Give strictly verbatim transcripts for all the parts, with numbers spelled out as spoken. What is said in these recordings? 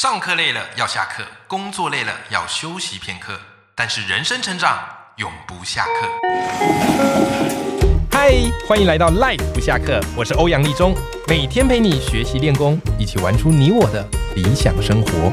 上课累了要下课，工作累了要休息片刻，但是人生成长永不下课。嗨，欢迎来到 Life 不下课，我是欧阳立中，每天陪你学习练功，一起玩出你我的理想生活。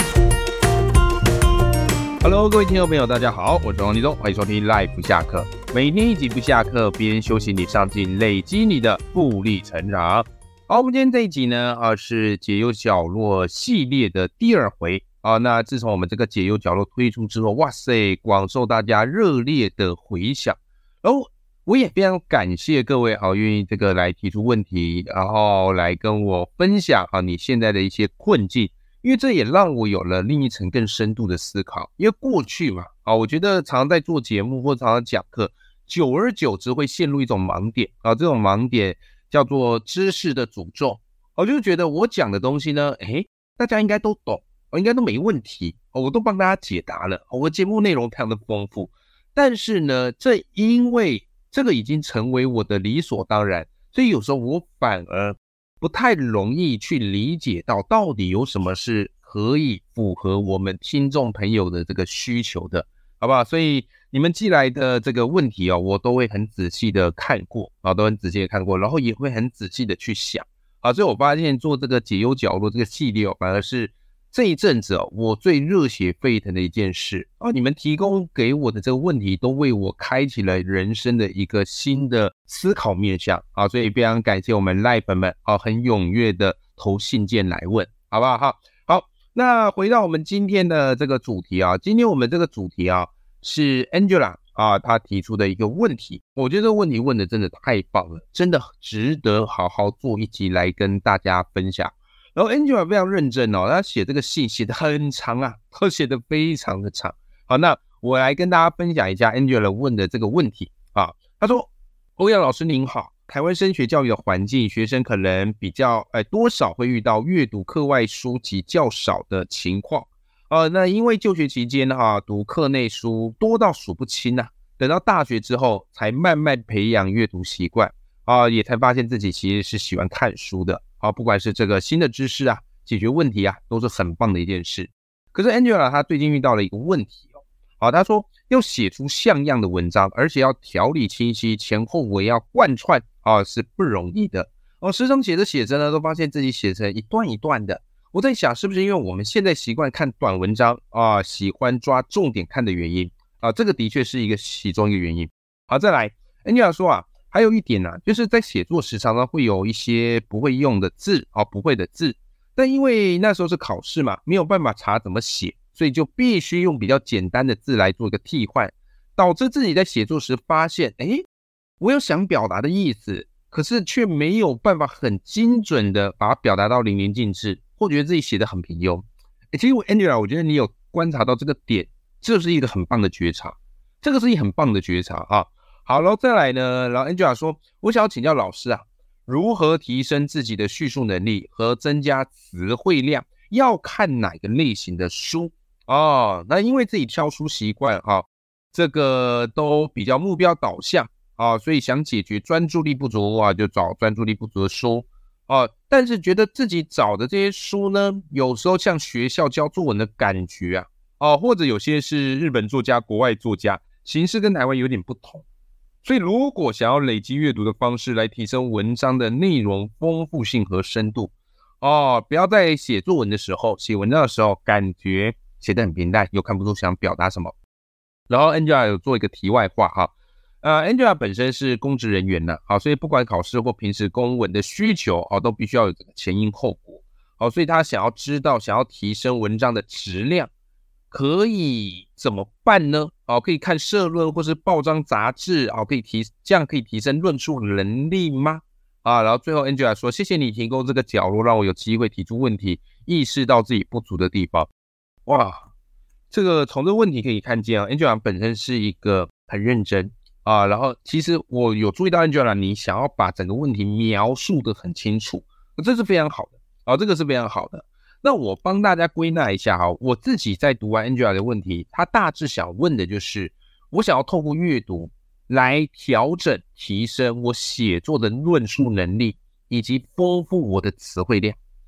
Hello， 各位听众朋友，大家好，我是欧阳立中，欢迎收听 Life 不下课，每天一集不下课，边休息你上进，累积你的复利成长。好，我们今天这一集呢，啊是解忧角落系列的第二回啊。那自从我们这个解忧角落推出之后，哇塞，广受大家热烈的回响。然后我也非常感谢各位好愿意这个来提出问题，然后来跟我分享啊你现在的一些困境，因为这也让我有了另一层更深度的思考。因为过去嘛，啊，我觉得常常在做节目或常常讲课，久而久之会陷入一种盲点啊，这种盲点叫做知识的诅咒。我就觉得我讲的东西呢，诶，大家应该都懂，应该都没问题，我都帮大家解答了，我节目内容非常的丰富。但是呢，这因为这个已经成为我的理所当然，所以有时候我反而不太容易去理解到到底有什么是可以符合我们听众朋友的这个需求的，好不好？所以你们寄来的这个问题哦，我都会很仔细的看过啊，都很仔细的看过，然后也会很仔细的去想啊。所以我发现做这个解忧角落这个系列哦，反而是这一阵子哦，我最热血沸腾的一件事啊。你们提供给我的这个问题，都为我开启了人生的一个新的思考面向啊。所以非常感谢我们赖粉们啊，很踊跃的投信件来问，好不好？好，好，那回到我们今天的这个主题啊，今天我们这个主题啊。是 Angela 啊，她提出的一个问题，我觉得这个问题问的真的太棒了，真的值得好好做一集来跟大家分享。然后 Angela 非常认真哦，她写这个信写得很长啊，她写得非常的长。好，那我来跟大家分享一下 Angela 问的这个问题啊。她说：欧阳老师您好，台湾升学教育的环境，学生可能比较呃多少会遇到阅读课外书籍较少的情况。呃，那因为就学期间哈、啊，读课内书多到数不清啊，等到大学之后才慢慢培养阅读习惯啊，也才发现自己其实是喜欢看书的啊，不管是这个新的知识啊，解决问题啊，都是很棒的一件事。可是 Angela 她最近遇到了一个问题哦，啊，她说要写出像样的文章，而且要条理清晰，前后文要贯穿啊，是不容易的哦。时常写着写着呢，都发现自己写成一段一段的。我在想，是不是因为我们现在习惯看短文章啊，喜欢抓重点看的原因啊？这个的确是一个其中一个原因。好，再来 Angela 说啊，还有一点呢、啊，就是在写作时常常会有一些不会用的字啊，不会的字，但因为那时候是考试嘛，没有办法查怎么写，所以就必须用比较简单的字来做一个替换，导致自己在写作时发现，诶，我有想表达的意思，可是却没有办法很精准的把它表达到淋漓尽致。或觉得自己写得很平庸，欸、其实 Angela 我觉得你有观察到这个点，这是一个很棒的觉察，这个是一个很棒的觉察啊。好，然后再来呢，然后 Angela 说，我想要请教老师啊，如何提升自己的叙述能力和增加词汇量，要看哪个类型的书哦？那因为自己挑书习惯啊，这个都比较目标导向啊，所以想解决专注力不足啊，就找专注力不足的书。哦，但是觉得自己找的这些书呢，有时候像学校教作文的感觉啊，哦，或者有些是日本作家、国外作家，形式跟台湾有点不同。所以如果想要累积阅读的方式来提升文章的内容丰富性和深度，哦，不要在写作文的时候、写文章的时候，感觉写得很平淡，又看不出想表达什么。然后 Angela 有做一个题外话哈。呃 Angela 本身是公职人员呢，好，所以不管考试或平时公文的需求，哦，都必须要有这个前因后果，好，所以他想要知道，想要提升文章的质量，可以怎么办呢？哦，可以看社论或是报章杂志，哦，可以提这样可以提升论述能力吗？啊，然后最后 Angela 说，谢谢你提供这个角落，让我有机会提出问题，意识到自己不足的地方。哇，这个从这个问题可以看见啊 ，Angela 本身是一个很认真。啊，然后其实我有注意到 Angela 你想要把整个问题描述得很清楚，这是非常好的啊，这个是非常好的。那我帮大家归纳一下哈，我自己在读完 Angela 的问题，他大致想问的就是，我想要透过阅读来调整、提升我写作的论述能力，以及丰富我的词汇量。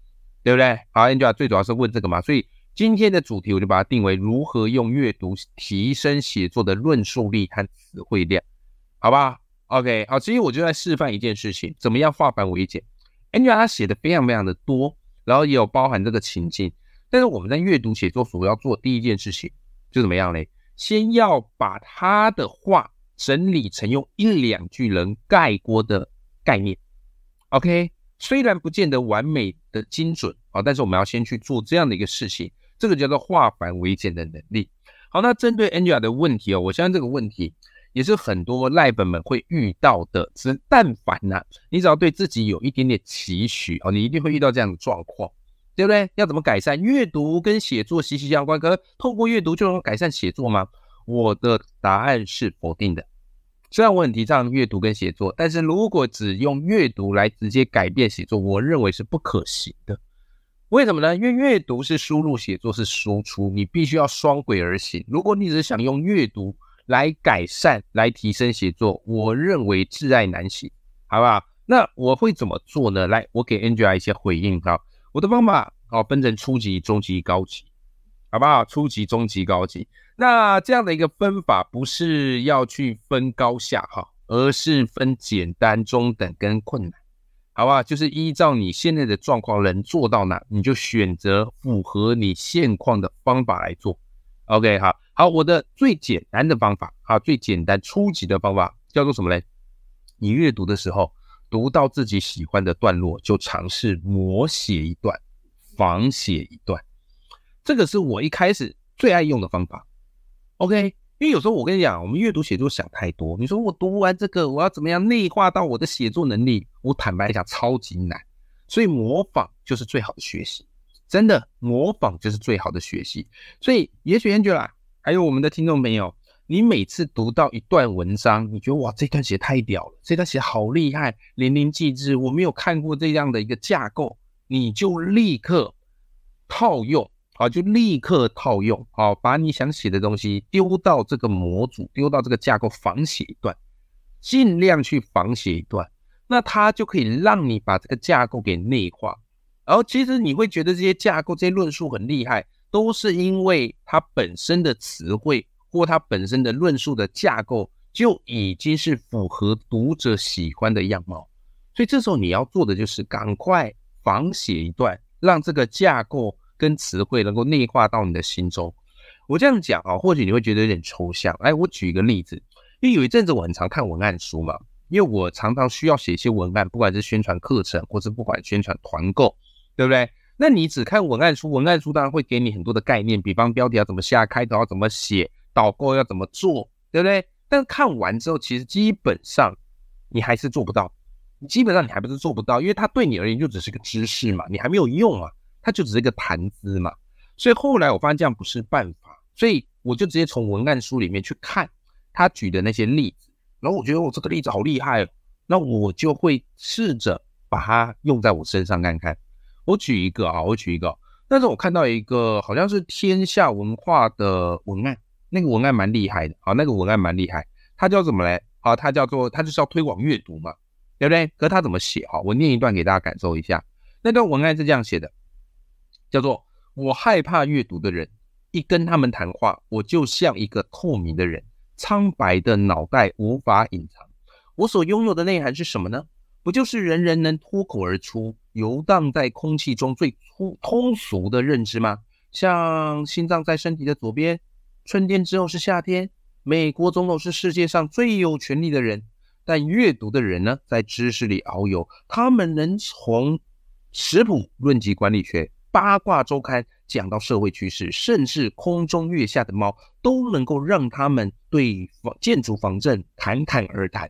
对不对？好 ，Angela 最主要是问这个嘛，所以今天的主题我就把它定为如何用阅读提升写作的论述力和词汇量，好不好 ？OK， 好，其实我就在示范一件事情，怎么样化繁为简。Angela 他写的非常非常的多，然后也有包含这个情境，但是我们在阅读写作所要做的第一件事情就怎么样嘞？先要把他的话整理成用一两句能概括的概念 ，OK。虽然不见得完美的精准，但是我们要先去做这样的一个事情，这个叫做化繁为简的能力。好，那针对 Angela 的问题，我相信这个问题也是很多赖粉们会遇到的，只是但凡啊，你只要对自己有一点点期许，你一定会遇到这样的状况，对不对？要怎么改善？阅读跟写作息息相关，可是透过阅读就能改善写作吗？我的答案是否定的。虽然我很提倡阅读跟写作，但是如果只用阅读来直接改变写作，我认为是不可行的。为什么呢？因为阅读是输入，写作是输出，你必须要双轨而行。如果你只是想用阅读来改善、来提升写作，我认为挚爱难行，好不好？那我会怎么做呢？来，我给 Angela 一些回应哈。我的方法好分成初级、中级、高级，好不好？初级、中级、高级。那这样的一个分法不是要去分高下哈，而是分简单、中等跟困难，好不好？就是依照你现在的状况能做到哪，你就选择符合你现况的方法来做。OK， 好，好，我的最简单的方法，好，最简单初级的方法叫做什么嘞？你阅读的时候，读到自己喜欢的段落，就尝试摹写一段，仿写一段。这个是我一开始最爱用的方法。OK， 因为有时候我跟你讲，我们阅读写作想太多。你说我读完这个，我要怎么样内化到我的写作能力？我坦白讲，超级难。所以模仿就是最好的学习，真的，模仿就是最好的学习。所以，也许 Angela 还有我们的听众朋友，你每次读到一段文章，你觉得哇，这段写太屌了，这段写好厉害，淋漓尽致，我没有看过这样的一个架构，你就立刻套用。好，就立刻套用，好，把你想写的东西丢到这个模组，丢到这个架构，仿写一段，尽量去仿写一段，那它就可以让你把这个架构给内化。然后其实你会觉得这些架构、这些论述很厉害，都是因为它本身的词汇或它本身的论述的架构就已经是符合读者喜欢的样貌。所以这时候你要做的就是赶快仿写一段，让这个架构跟词汇能够内化到你的心中。我这样讲啊，或许你会觉得有点抽象。哎，我举一个例子，因为有一阵子我很常看文案书嘛，因为我常常需要写一些文案，不管是宣传课程，或是不管宣传团购，对不对？那你只看文案书，文案书当然会给你很多的概念，比方标题要怎么下，开头要怎么写，导购要怎么做，对不对？但是看完之后，其实基本上你还是做不到，基本上你还不是做不到，因为它对你而言就只是个知识嘛，你还没有用啊。它就只是一个谈资嘛，所以后来我发现这样不是办法，所以我就直接从文案书里面去看他举的那些例子，然后我觉得我这个例子好厉害哦，那我就会试着把它用在我身上看看。我举一个啊，我举一个，但是我看到一个好像是天下文化的文案，那个文案蛮厉害的，好，那个文案蛮厉害，它叫什么嘞？好，它叫做它就是要推广阅读嘛，对不对？可是它怎么写？好，我念一段给大家感受一下，那段文案是这样写的。叫做我害怕阅读的人，一跟他们谈话，我就像一个透明的人，苍白的脑袋无法隐藏。我所拥有的内涵是什么呢？不就是人人能脱口而出，游荡在空气中最通俗的认知吗？像心脏在身体的左边，春天之后是夏天，美国总统是世界上最有权力的人。但阅读的人呢，在知识里遨游，他们能从食谱论及管理学，八卦周刊讲到社会趋势，甚至空中月下的猫都能够让他们对建筑防震侃侃而谈。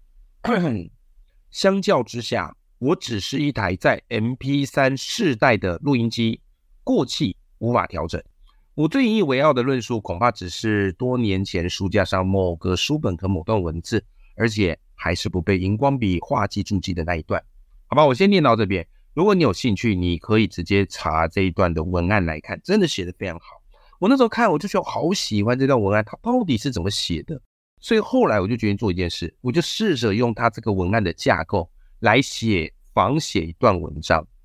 相较之下，我只是一台在 M P 三 世代的录音机，过气无法调整。我最引以为傲的论述，恐怕只是多年前书架上某个书本和某段文字，而且还是不被荧光笔画记注记的那一段。好吧，我先念到这边。如果你有兴趣，你可以直接查这一段的文案来看，真的写得非常好。我那时候看，我就觉得好喜欢这段文案，它到底是怎么写的？所以后来我就决定做一件事，我就试着用它这个文案的架构来写仿写一段文章。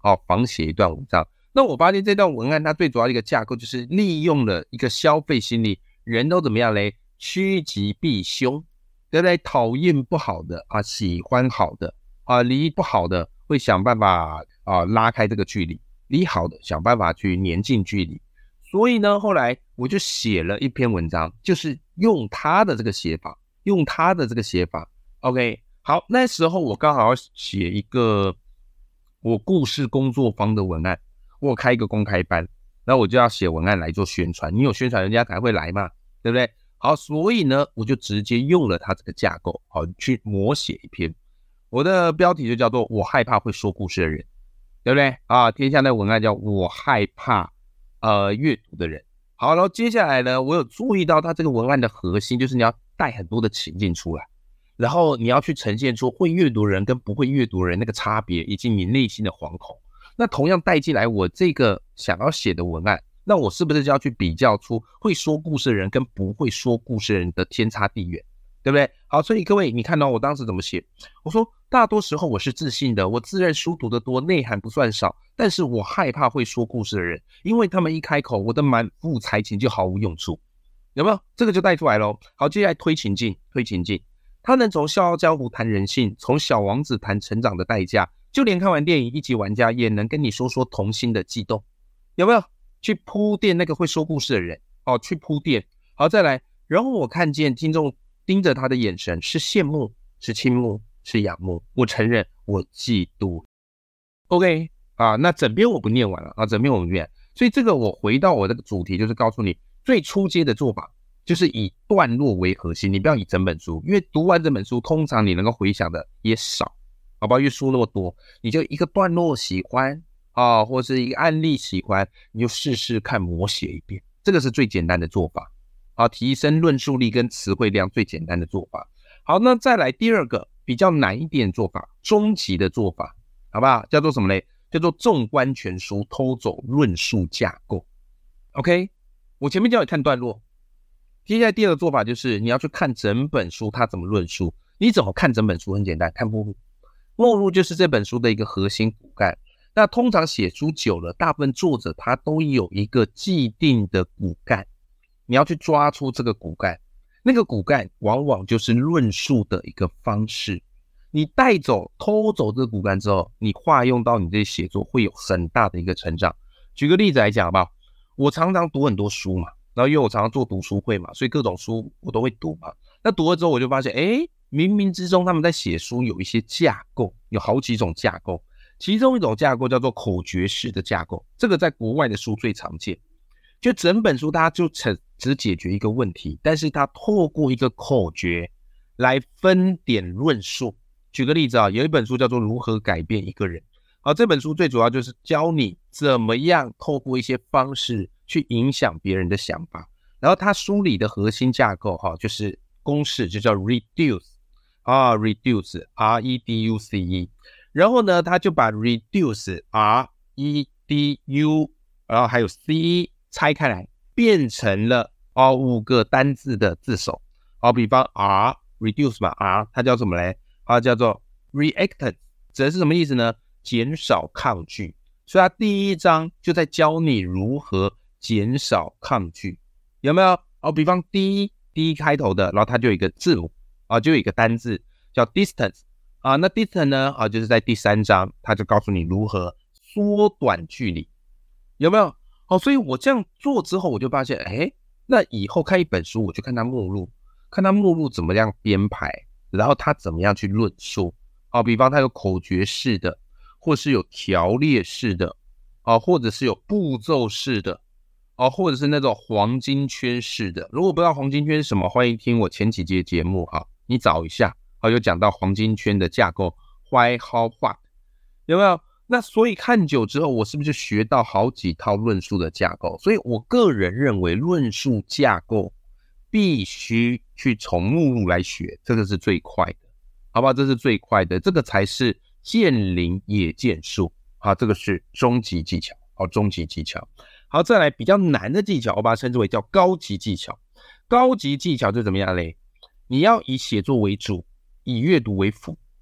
好、哦、仿写一段文章。那我发现这段文案它最主要的一个架构就是利用了一个消费心理，人都怎么样嘞？趋吉避凶，对不对？讨厌不好的啊，喜欢好的啊，离不好的会想办法啊拉开这个距离，离好的想办法去黏近距离。所以呢，后来我就写了一篇文章，就是用他的这个写法，用他的这个写法。OK， 好，那时候我刚好要写一个我故事工作坊的文案，我有开一个公开班，然后我就要写文案来做宣传，你有宣传人家才会来嘛，对不对？好，所以呢，我就直接用了他这个架构，好，去摹写一篇。我的标题就叫做我害怕会说故事的人，对不对啊？天下那文案叫我害怕呃阅读的人。好，然后接下来呢，我有注意到他这个文案的核心就是你要带很多的情境出来，然后你要去呈现出会阅读人跟不会阅读人那个差别，以及你内心的惶恐。那同样带进来我这个想要写的文案，那我是不是就要去比较出会说故事的人跟不会说故事的人的天差地远，对不对？好，所以各位你看到我当时怎么写，我说大多时候我是自信的，我自认书读得多，内涵不算少，但是我害怕会说故事的人，因为他们一开口，我的满腹才情就毫无用处，有没有？这个就带出来咯。好，接下来推情境，推情境，他能从笑傲江湖谈人性，从小王子谈成长的代价，就连看完电影一级玩家也能跟你说说童心的悸动，有没有？去铺垫那个会说故事的人，哦，去铺垫。好，再来，然后我看见听众盯着他的眼神是羡慕，是倾慕，是仰慕。我承认我嫉妒。OK 啊，那整篇我不念完了啊，整篇我不念。所以这个我回到我这个主题，就是告诉你最初阶的做法，就是以段落为核心，你不要以整本书，因为读完整本书，通常你能够回想的也少，好不好？因为书那么多，你就一个段落喜欢啊，或是一个案例喜欢，你就试试看摹写一遍，这个是最简单的做法啊，提升论述力跟词汇量最简单的做法。好，那再来第二个比较难一点的做法，终极的做法，好不好？叫做什么嘞？叫做纵观全书，偷走论述架构。OK， 我前面叫你看段落，接下来第二个做法就是你要去看整本书它怎么论述。你怎么看整本书？很简单，看目录。目录就是这本书的一个核心骨干。那通常写书久了，大部分作者他都有一个既定的骨干，你要去抓出这个骨干，那个骨干往往就是论述的一个方式。你带走、偷走这个骨干之后，你化用到你这些写作会有很大的一个成长。举个例子来讲好不好？我常常读很多书嘛，然后因为我常常做读书会嘛，所以各种书我都会读嘛。那读了之后我就发现，诶，冥冥之中他们在写书有一些架构，有好几种架构。其中一种架构叫做口诀式的架构，这个在国外的书最常见。就整本书它就只解决一个问题，但是它透过一个口诀来分点论述。举个例子啊，有一本书叫做如何改变一个人。好，这本书最主要就是教你怎么样透过一些方式去影响别人的想法。然后它书里的核心架构哈，就是公式，就叫 reduce 啊 ，reduce R E D U C E。然后呢，他就把 reduce R E D U 然后还有 C 拆开来，变成了哦五个单字的字首。好，比方 R reduce 嘛 R 它叫什么嘞？它叫做 reactance， 指的是什么意思呢？减少抗拒。所以它第一章就在教你如何减少抗拒，有没有？哦，比方 D D 开头的，然后它就有一个字母啊，就有一个单字叫 distance。啊，那 distance 呢？啊，就是在第三章，他就告诉你如何缩短距离，有没有？好，所以我这样做之后，我就发现，哎，那以后看一本书，我就看它目录，看它目录怎么样编排，然后它怎么样去论述。好，比方它有口诀式的，或是有条列式的，啊，或者是有步骤式的，啊，或者是那种黄金圈式的。如果不知道黄金圈是什么，欢迎听我前几节节目哈，你找一下。好，有讲到黄金圈的架构 Why, How, What， 有没有？那所以看久之后，我是不是就学到好几套论述的架构？所以我个人认为论述架构必须去从目录来学，这个是最快的，好不好？这是最快的，这个才是见林也见树。好，这个是终极技巧。好，终极技巧。好，再来比较难的技巧，我把它称之为叫高级技巧。高级技巧就怎么样嘞？你要以写作为主，以阅读为辅，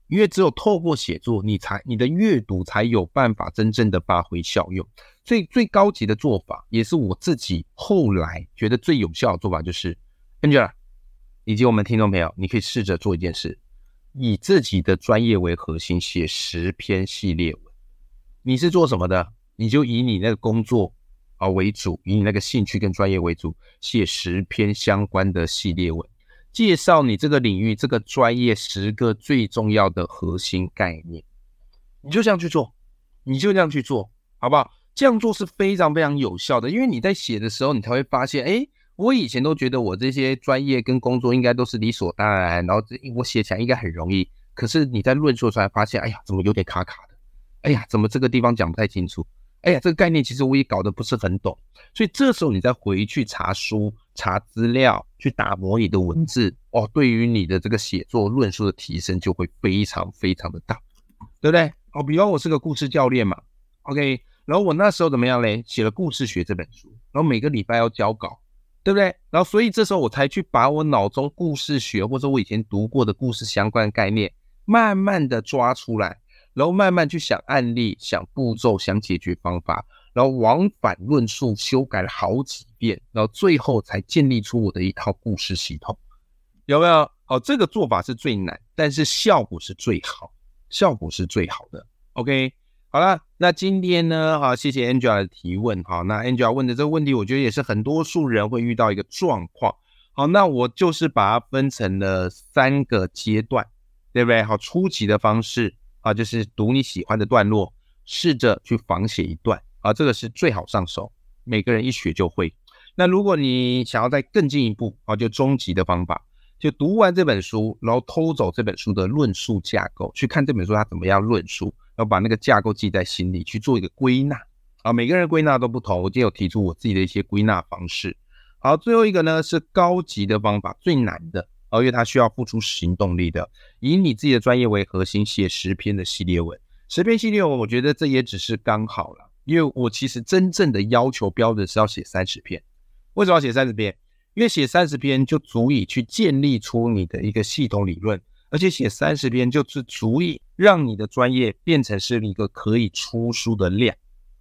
因为只有透过写作，你才你的阅读才有办法真正的发挥效用。所以最高级的做法，也是我自己后来觉得最有效的做法，就是 Angela 以及我们听众朋友，你可以试着做一件事，以自己的专业为核心，写十篇系列文。你是做什么的？你就以你那个工作啊为主，以你那个兴趣跟专业为主，写十篇相关的系列文，介绍你这个领域、这个专业十个最重要的核心概念。你就这样去做，你就这样去做，好不好？这样做是非常非常有效的，因为你在写的时候，你才会发现，哎，我以前都觉得我这些专业跟工作应该都是理所当然，然后我写起来应该很容易。可是你在论述的时候才发现，哎呀，怎么有点卡卡的？哎呀，怎么这个地方讲不太清楚？哎呀，这个概念其实我也搞得不是很懂。所以这时候你再回去查书、查资料，去打磨你的文字，哦，对于你的这个写作论述的提升就会非常非常的大，对不对？哦，比方我是个故事教练嘛 ，OK。然后我那时候怎么样嘞？写了《故事学》这本书，然后每个礼拜要交稿，对不对？然后所以这时候我才去把我脑中故事学或者我以前读过的故事相关的概念，慢慢的抓出来，然后慢慢去想案例、想步骤、想解决方法，然后往返论述修改了好几遍，然后最后才建立出我的一套故事系统，有没有？好，这个做法是最难，但是效果是最好，效果是最好的。OK。好啦，那今天呢，好，谢谢 Angela 的提问。好，那 Angela 问的这个问题，我觉得也是很多数人会遇到一个状况。好，那我就是把它分成了三个阶段，对不对？好，初级的方式啊，就是读你喜欢的段落，试着去仿写一段啊，这个是最好上手，每个人一学就会。那如果你想要再更进一步啊，就中级的方法，就读完这本书，然后偷走这本书的论述架构，去看这本书它怎么样论述。要把那个架构记在心里，去做一个归纳啊。每个人归纳都不同，我今天有提出我自己的一些归纳方式。好，最后一个呢是高级的方法，最难的啊，因为它需要付出行动力的。以你自己的专业为核心，写十篇的系列文，十篇系列文，我觉得这也只是刚好了，因为我其实真正的要求标准是要写三十篇。为什么要写三十篇？因为写三十篇就足以去建立出你的一个系统理论。而且写三十篇就是足以让你的专业变成是一个可以出书的量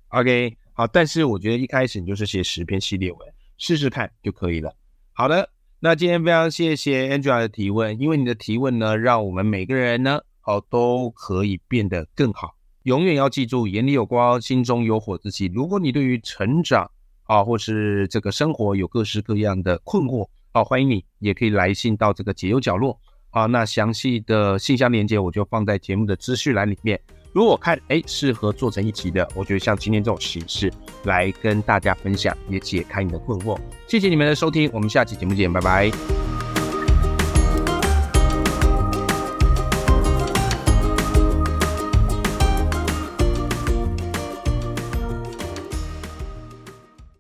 OK 好，但是我觉得一开始你就是写十篇系列文试试看就可以了。好的，那今天非常谢谢 Angela 的提问，因为你的提问呢让我们每个人呢好都可以变得更好。永远要记住眼里有光心中有火之气，如果你对于成长啊或是这个生活有各式各样的困惑，好，欢迎你也可以来信到这个解忧角落。好，那详细的信箱连结我就放在节目的资讯栏里面。如果我看诶适合做成一集的，我觉得像今天这种形式来跟大家分享，也解开你的困惑。谢谢你们的收听，我们下期节目见，拜拜。